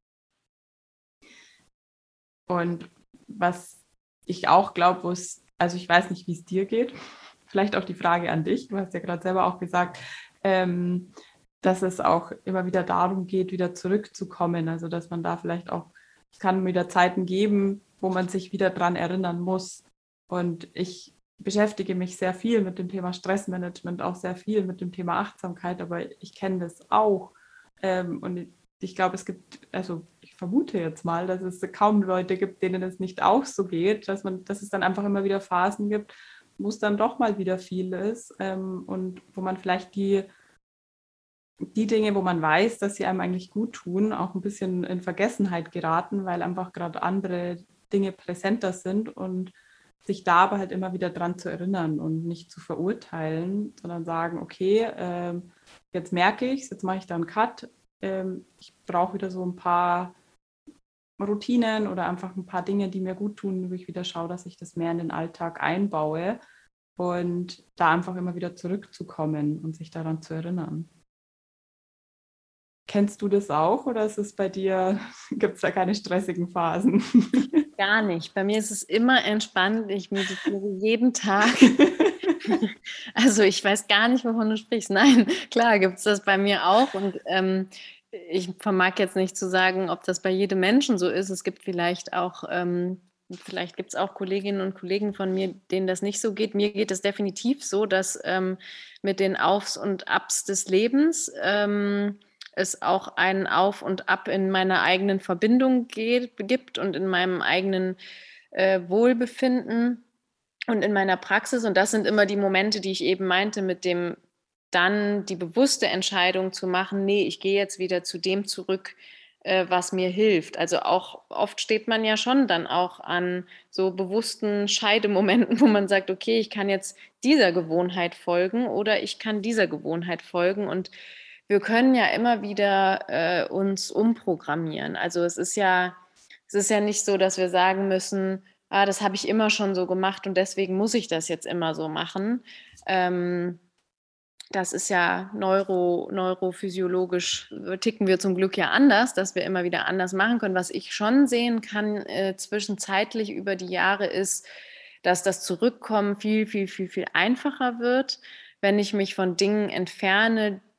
Speaker 1: Und was ich auch glaube, wo es, also ich weiß nicht, wie es dir geht, vielleicht auch die Frage an dich, du hast ja gerade selber auch gesagt, ähm, dass es auch immer wieder darum geht, wieder zurückzukommen, also dass man da vielleicht auch, es kann wieder Zeiten geben, wo man sich wieder dran erinnern muss. Und ich beschäftige mich sehr viel mit dem Thema Stressmanagement, auch sehr viel mit dem Thema Achtsamkeit, aber ich kenne das auch. Ähm, und ich glaube, es gibt, also ich vermute jetzt mal, dass es kaum Leute gibt, denen es nicht auch so geht, dass man, dass es dann einfach immer wieder Phasen gibt, wo es dann doch mal wieder viel ist ähm, und wo man vielleicht die, die Dinge, wo man weiß, dass sie einem eigentlich gut tun, auch ein bisschen in Vergessenheit geraten, weil einfach gerade andere Dinge präsenter sind und sich da aber halt immer wieder dran zu erinnern und nicht zu verurteilen, sondern sagen, okay, ähm, jetzt merke ich es, jetzt mache ich da einen Cut, ähm, ich brauche wieder so ein paar Routinen oder einfach ein paar Dinge, die mir gut tun, wo ich wieder schaue, dass ich das mehr in den Alltag einbaue und da einfach immer wieder zurückzukommen und sich daran zu erinnern. Kennst du das auch oder ist es bei dir, gibt es da keine stressigen Phasen?
Speaker 2: Gar nicht. Bei mir ist es immer entspannt. Ich meditiere jeden Tag. Also ich weiß gar nicht, wovon du sprichst. Nein, klar gibt es das bei mir auch. Und ähm, ich vermag jetzt nicht zu sagen, ob das bei jedem Menschen so ist. Es gibt vielleicht auch, ähm, vielleicht gibt es auch Kolleginnen und Kollegen von mir, denen das nicht so geht. Mir geht es definitiv so, dass ähm, mit den Aufs und Abs des Lebens ähm, es auch ein Auf und Ab in meiner eigenen Verbindung geht, gibt und in meinem eigenen äh, Wohlbefinden und in meiner Praxis. Und das sind immer die Momente, die ich eben meinte, mit dem dann die bewusste Entscheidung zu machen, nee, ich gehe jetzt wieder zu dem zurück, äh, was mir hilft. Also auch oft steht man ja schon dann auch an so bewussten Scheidemomenten, wo man sagt, okay, ich kann jetzt dieser Gewohnheit folgen oder ich kann dieser Gewohnheit folgen. Und wir können ja immer wieder äh, uns umprogrammieren. Also es ist ja, es ist ja nicht so, dass wir sagen müssen, ah, das habe ich immer schon so gemacht und deswegen muss ich das jetzt immer so machen. Ähm, das ist ja neuro, neurophysiologisch, ticken wir zum Glück ja anders, dass wir immer wieder anders machen können. Was ich schon sehen kann äh, zwischenzeitlich über die Jahre ist, dass das Zurückkommen viel, viel, viel, viel einfacher wird, wenn ich mich von Dingen entferne,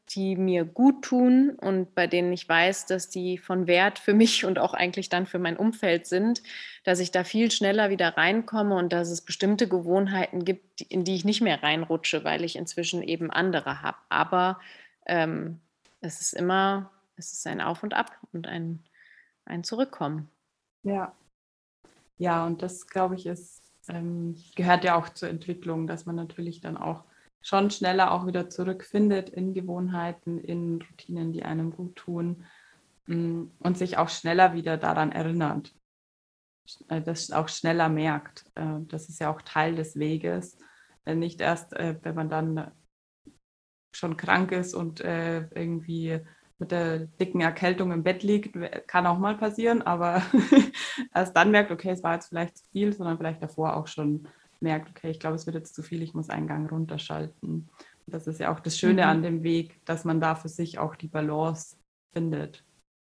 Speaker 2: die mir gut tun und bei denen ich weiß, dass die von Wert für mich und auch eigentlich dann für mein Umfeld sind, dass ich da viel schneller wieder reinkomme und dass es bestimmte Gewohnheiten gibt, in die ich nicht mehr reinrutsche, weil ich inzwischen eben andere habe. Aber ähm, es ist immer, es ist ein Auf und Ab und ein, ein Zurückkommen.
Speaker 1: Ja, ja, und das, glaube ich, ist, ähm, gehört ja auch zur Entwicklung, dass man natürlich dann auch schon schneller auch wieder zurückfindet in Gewohnheiten, in Routinen, die einem gut tun, mm, und sich auch schneller wieder daran erinnert, äh, das auch schneller merkt. Äh, das ist ja auch Teil des Weges. Äh, nicht erst, äh, wenn man dann schon krank ist und äh, irgendwie mit der dicken Erkältung im Bett liegt, kann auch mal passieren, aber erst dann merkt, okay, es war jetzt vielleicht zu viel, sondern vielleicht davor auch schon merkt, okay, ich glaube, es wird jetzt zu viel, ich muss einen Gang runterschalten. Und das ist ja auch das Schöne
Speaker 2: Mhm.
Speaker 1: an dem Weg, dass man da für sich auch die Balance findet.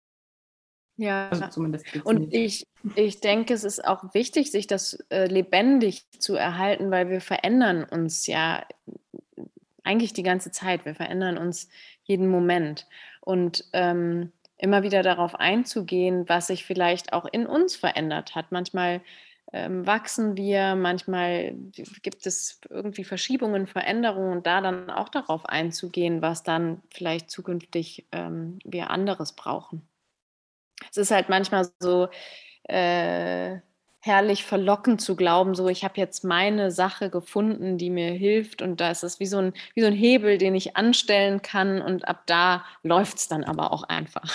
Speaker 2: Ja,
Speaker 1: Also zumindest geht's
Speaker 2: und
Speaker 1: mir.
Speaker 2: ich, ich denke, es ist auch wichtig, sich das äh, lebendig zu erhalten, weil wir verändern uns ja eigentlich die ganze Zeit. Wir verändern uns jeden Moment. Und ähm, immer wieder darauf einzugehen, was sich vielleicht auch in uns verändert hat. Manchmal ähm, wachsen wir, manchmal gibt es irgendwie Verschiebungen, Veränderungen und da dann auch darauf einzugehen, was dann vielleicht zukünftig ähm, wir anderes brauchen. Es ist halt manchmal so äh, herrlich verlockend zu glauben, so ich habe jetzt meine Sache gefunden, die mir hilft und da ist es wie so ein, wie so ein Hebel, den ich anstellen kann und ab da läuft es dann aber auch einfach.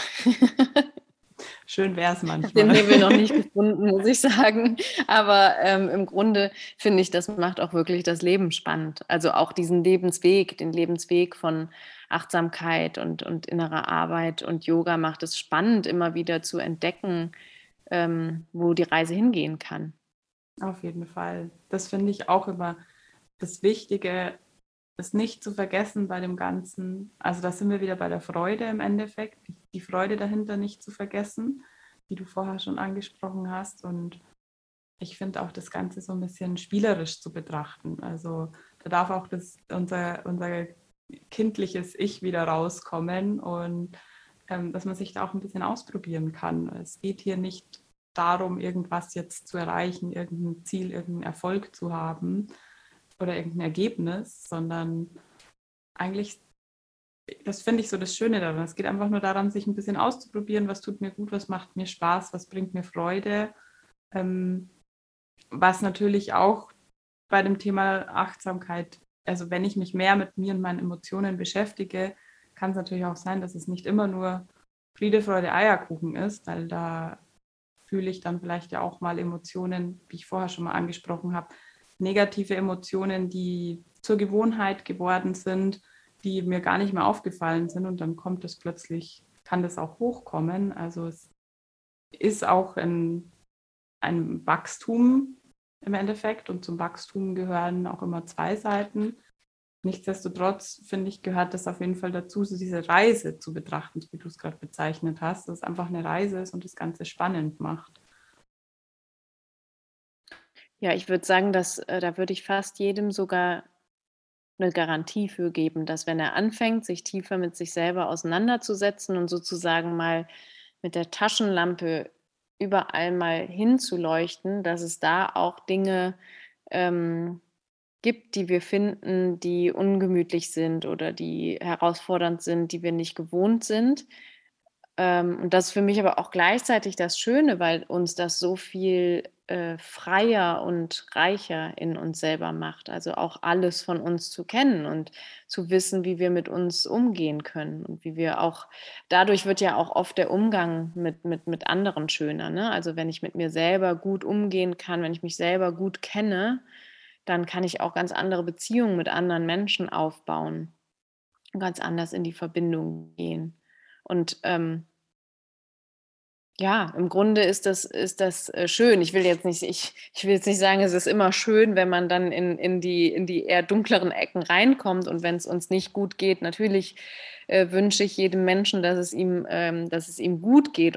Speaker 1: Schön wäre es
Speaker 2: Ich habe den
Speaker 1: manchmal.
Speaker 2: Hebel noch nicht gefunden, muss ich sagen. Aber ähm, im Grunde finde ich, das macht auch wirklich das Leben spannend. Also auch diesen Lebensweg, den Lebensweg von Achtsamkeit und, und innerer Arbeit und Yoga macht es spannend, immer wieder zu entdecken, ähm, wo die Reise hingehen kann.
Speaker 1: Auf jeden Fall. Das finde ich auch immer das Wichtige, es nicht zu vergessen bei dem Ganzen. Also da sind wir wieder bei der Freude im Endeffekt, die Freude dahinter nicht zu vergessen, wie du vorher schon angesprochen hast. Und ich finde auch das Ganze so ein bisschen spielerisch zu betrachten. Also da darf auch das, unser, unser kindliches Ich wieder rauskommen und ähm, dass man sich da auch ein bisschen ausprobieren kann. Es geht hier nicht darum, irgendwas jetzt zu erreichen, irgendein Ziel, irgendeinen Erfolg zu haben oder irgendein Ergebnis, sondern eigentlich, das finde ich so das Schöne daran. Es geht einfach nur daran, sich ein bisschen auszuprobieren, was tut mir gut, was macht mir Spaß, was bringt mir Freude. Ähm, was natürlich auch bei dem Thema Achtsamkeit, also wenn ich mich mehr mit mir und meinen Emotionen beschäftige, kann es natürlich auch sein, dass es nicht immer nur Friede, Freude, Eierkuchen ist, weil da fühle ich dann vielleicht ja auch mal Emotionen, wie ich vorher schon mal angesprochen habe, negative Emotionen, die zur Gewohnheit geworden sind, die mir gar nicht mehr aufgefallen sind und dann kommt es plötzlich, kann das auch hochkommen. Also es ist auch ein, ein Wachstum im Endeffekt und zum Wachstum gehören auch immer zwei Seiten. Nichtsdestotrotz, finde ich, gehört das auf jeden Fall dazu, so diese Reise zu betrachten, wie du es gerade bezeichnet hast, dass es einfach eine Reise ist und das Ganze spannend macht.
Speaker 2: Ja, ich würde sagen, dass äh, da würde ich fast jedem sogar eine Garantie für geben, dass wenn er anfängt, sich tiefer mit sich selber auseinanderzusetzen und sozusagen mal mit der Taschenlampe überall mal hinzuleuchten, dass es da auch Dinge ähm, gibt, die wir finden, die ungemütlich sind oder die herausfordernd sind, die wir nicht gewohnt sind. Ähm, und das ist für mich aber auch gleichzeitig das Schöne, weil uns das so viel äh, freier und reicher in uns selber macht. Also auch alles von uns zu kennen und zu wissen, wie wir mit uns umgehen können und wie wir auch, dadurch wird ja auch oft der Umgang mit, mit, mit anderen schöner. Ne? Also wenn ich mit mir selber gut umgehen kann, wenn ich mich selber gut kenne, dann kann ich auch ganz andere Beziehungen mit anderen Menschen aufbauen und ganz anders in die Verbindung gehen. Und ähm, ja, im Grunde ist das ist das, äh, schön. Ich will jetzt nicht ich ich will jetzt nicht sagen, es ist immer schön, wenn man dann in in die in die eher dunkleren Ecken reinkommt und wenn es uns nicht gut geht. Natürlich, äh, wünsche ich jedem Menschen, dass es ihm ähm, dass es ihm gut geht und es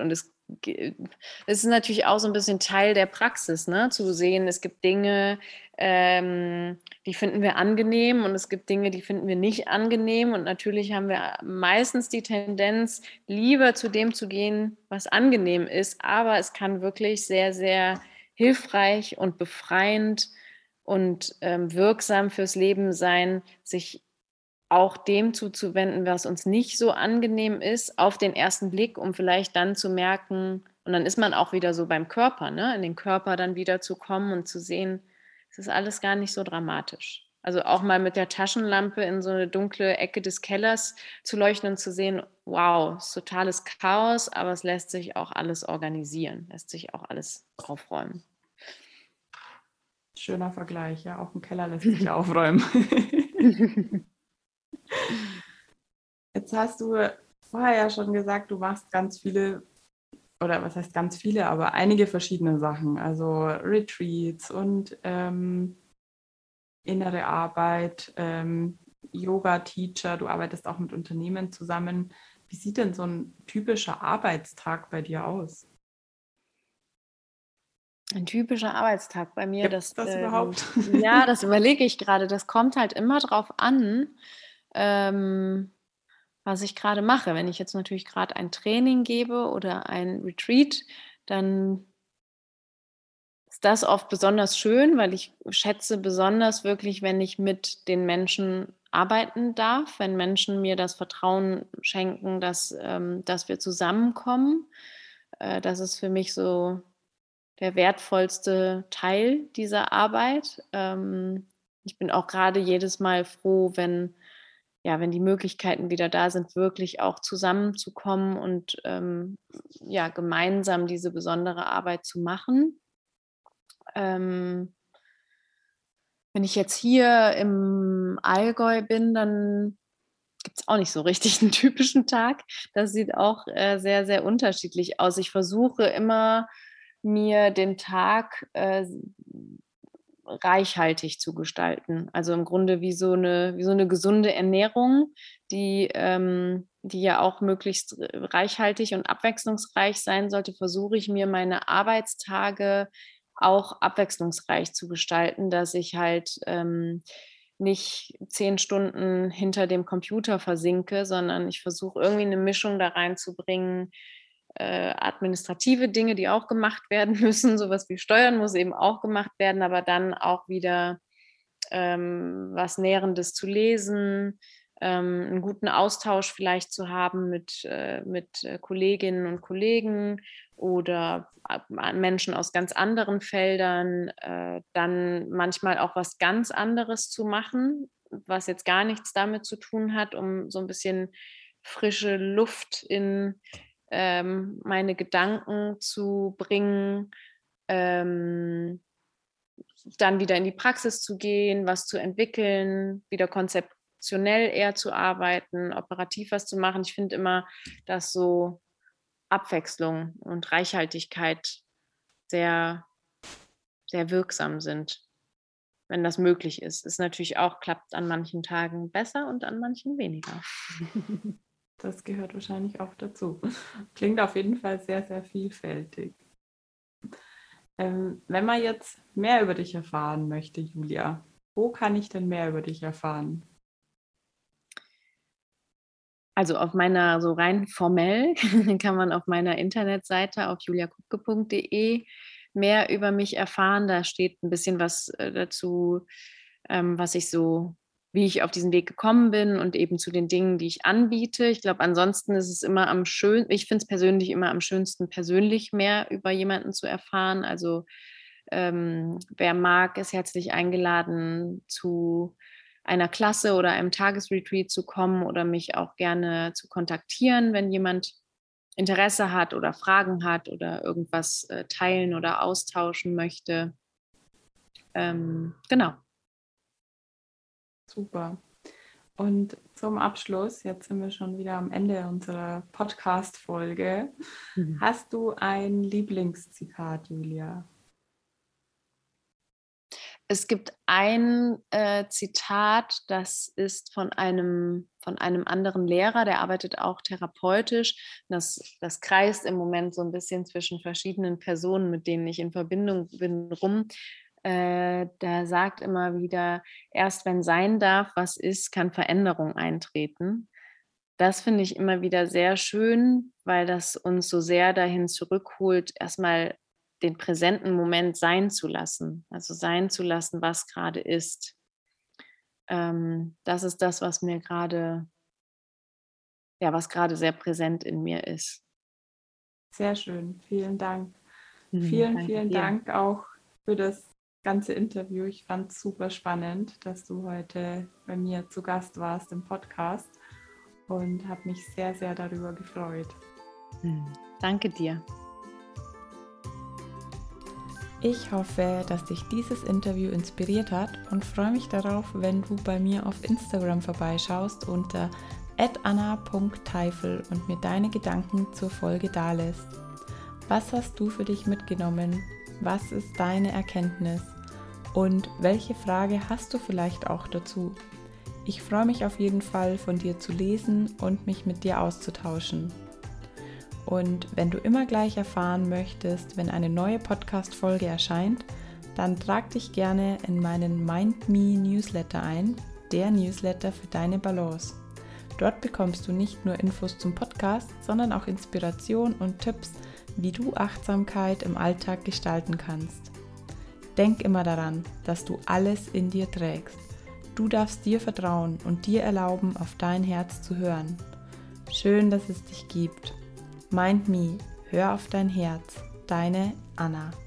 Speaker 2: es ist natürlich auch so ein bisschen Teil der Praxis, ne? Zu sehen, es gibt Dinge, ähm, die finden wir angenehm und es gibt Dinge, die finden wir nicht angenehm. Und natürlich haben wir meistens die Tendenz, lieber zu dem zu gehen, was angenehm ist. Aber es kann wirklich sehr, sehr hilfreich und befreiend und ähm, wirksam fürs Leben sein, sich auch dem zuzuwenden, was uns nicht so angenehm ist, auf den ersten Blick, um vielleicht dann zu merken, und dann ist man auch wieder so beim Körper, ne? In den Körper dann wieder zu kommen und zu sehen, es ist alles gar nicht so dramatisch. Also auch mal mit der Taschenlampe in so eine dunkle Ecke des Kellers zu leuchten und zu sehen, wow, es ist totales Chaos, aber es lässt sich auch alles organisieren, lässt sich auch alles aufräumen.
Speaker 1: Schöner Vergleich, ja, auch im Keller lässt sich aufräumen. Jetzt hast du vorher ja schon gesagt, du machst ganz viele, oder was heißt ganz viele, aber einige verschiedene Sachen, also Retreats und ähm, innere Arbeit, ähm, Yoga-Teacher, du arbeitest auch mit Unternehmen zusammen. Wie sieht denn so ein typischer Arbeitstag bei dir aus?
Speaker 2: Ein typischer Arbeitstag bei mir,
Speaker 1: Gibt es
Speaker 2: das,
Speaker 1: das
Speaker 2: ähm,
Speaker 1: überhaupt?
Speaker 2: ja, das überlege ich gerade. Das kommt halt immer drauf an, ähm, was ich gerade mache. Wenn ich jetzt natürlich gerade ein Training gebe oder ein Retreat, dann ist das oft besonders schön, weil ich schätze besonders wirklich, wenn ich mit den Menschen arbeiten darf, wenn Menschen mir das Vertrauen schenken, dass, ähm, dass wir zusammenkommen. Äh, das ist für mich so der wertvollste Teil dieser Arbeit. Ähm, ich bin auch gerade jedes Mal froh, wenn ja, wenn die Möglichkeiten wieder da sind, wirklich auch zusammenzukommen und, ähm, ja, gemeinsam diese besondere Arbeit zu machen. Ähm, wenn ich jetzt hier im Allgäu bin, dann gibt es auch nicht so richtig einen typischen Tag. Das sieht auch, äh, sehr, sehr unterschiedlich aus. Ich versuche immer, mir den Tag, äh, reichhaltig zu gestalten. Also, im Grunde wie so eine wie so 'ne gesunde Ernährung, die ähm, die ja auch möglichst r reichhaltig und abwechslungsreich sein sollte, versuche ich mir meine Arbeitstage auch abwechslungsreich zu gestalten, dass ich halt, ähm, nicht zehn Stunden hinter dem Computer versinke, sondern ich versuche irgendwie eine Mischung da reinzubringen, äh, administrative Dinge, die auch gemacht werden müssen. Sowas wie Steuern muss eben auch gemacht werden, aber dann auch wieder ähm, was Nährendes zu lesen, ähm, einen guten Austausch vielleicht zu haben mit, äh, mit äh, Kolleginnen und Kollegen oder a- Menschen aus ganz anderen Feldern, äh, dann manchmal auch was ganz anderes zu machen, was jetzt gar nichts damit zu tun hat, um so ein bisschen frische Luft in ähm, meine Gedanken zu bringen, ähm, dann wieder in die Praxis zu gehen, was zu entwickeln, wieder konzeptionell eher zu arbeiten, operativ was zu machen. Ich finde immer, dass so Abwechslung und Reichhaltigkeit sehr, sehr wirksam sind, wenn das möglich ist. Ist natürlich auch, klappt an manchen Tagen besser und an manchen weniger.
Speaker 1: Das gehört wahrscheinlich auch dazu. Klingt auf jeden Fall sehr, sehr vielfältig. Ähm, wenn man jetzt mehr über dich erfahren möchte, Julia, wo kann ich denn mehr über dich erfahren?
Speaker 2: Also auf meiner, so rein formell, kann man auf meiner Internetseite auf julia kupke punkt de mehr über mich erfahren. Da steht ein bisschen was äh, dazu, ähm, was ich so, wie ich auf diesen Weg gekommen bin und eben zu den Dingen, die ich anbiete. Ich glaube, ansonsten ist es immer am schönsten, ich finde es persönlich immer am schönsten, persönlich mehr über jemanden zu erfahren. Also ähm, wer mag, ist herzlich eingeladen, zu einer Klasse oder einem Tagesretreat zu kommen oder mich auch gerne zu kontaktieren, wenn jemand Interesse hat oder Fragen hat oder irgendwas äh, teilen oder austauschen möchte. Ähm, genau.
Speaker 1: Super. Und zum Abschluss, jetzt sind wir schon wieder am Ende unserer Podcast-Folge.
Speaker 2: Mhm.
Speaker 1: Hast du ein Lieblingszitat, Julia?
Speaker 2: Es gibt ein äh, Zitat, das ist von einem, von einem anderen Lehrer, der arbeitet auch therapeutisch. Das, das kreist im Moment so ein bisschen zwischen verschiedenen Personen, mit denen ich in Verbindung bin, rum. Äh, der sagt immer wieder, erst wenn sein darf, was ist, kann Veränderung eintreten. Das finde ich immer wieder sehr schön, weil das uns so sehr dahin zurückholt, erstmal den präsenten Moment sein zu lassen. Also sein zu lassen, was gerade ist. Ähm, das ist das, was mir gerade, ja, was gerade sehr präsent in mir ist.
Speaker 1: Sehr schön, vielen Dank.
Speaker 2: Mhm,
Speaker 1: Vielen,
Speaker 2: danke
Speaker 1: vielen
Speaker 2: dir.
Speaker 1: Dank auch für das ganze Interview. Ich fand es super spannend, dass du heute bei mir zu Gast warst im Podcast und habe mich sehr, sehr darüber gefreut.
Speaker 2: Mhm, danke dir.
Speaker 1: Ich hoffe, dass dich dieses Interview inspiriert hat und freue mich darauf, wenn du bei mir auf Instagram vorbeischaust unter at anna punkt teifel und mir deine Gedanken zur Folge dalässt. Was hast du für dich mitgenommen? Was ist deine Erkenntnis? Und welche Frage hast du vielleicht auch dazu? Ich freue mich auf jeden Fall, von dir zu lesen und mich mit dir auszutauschen. Und wenn du immer gleich erfahren möchtest, wenn eine neue Podcast-Folge erscheint, dann trag dich gerne in meinen MindMe Newsletter ein, der Newsletter für deine Balance. Dort bekommst du nicht nur Infos zum Podcast, sondern auch Inspiration und Tipps, wie du Achtsamkeit im Alltag gestalten kannst. Denk immer daran, dass du alles in dir trägst. Du darfst dir vertrauen und dir erlauben, auf dein Herz zu hören. Schön, dass es dich gibt. MindMe, hör auf dein Herz. Deine Anna.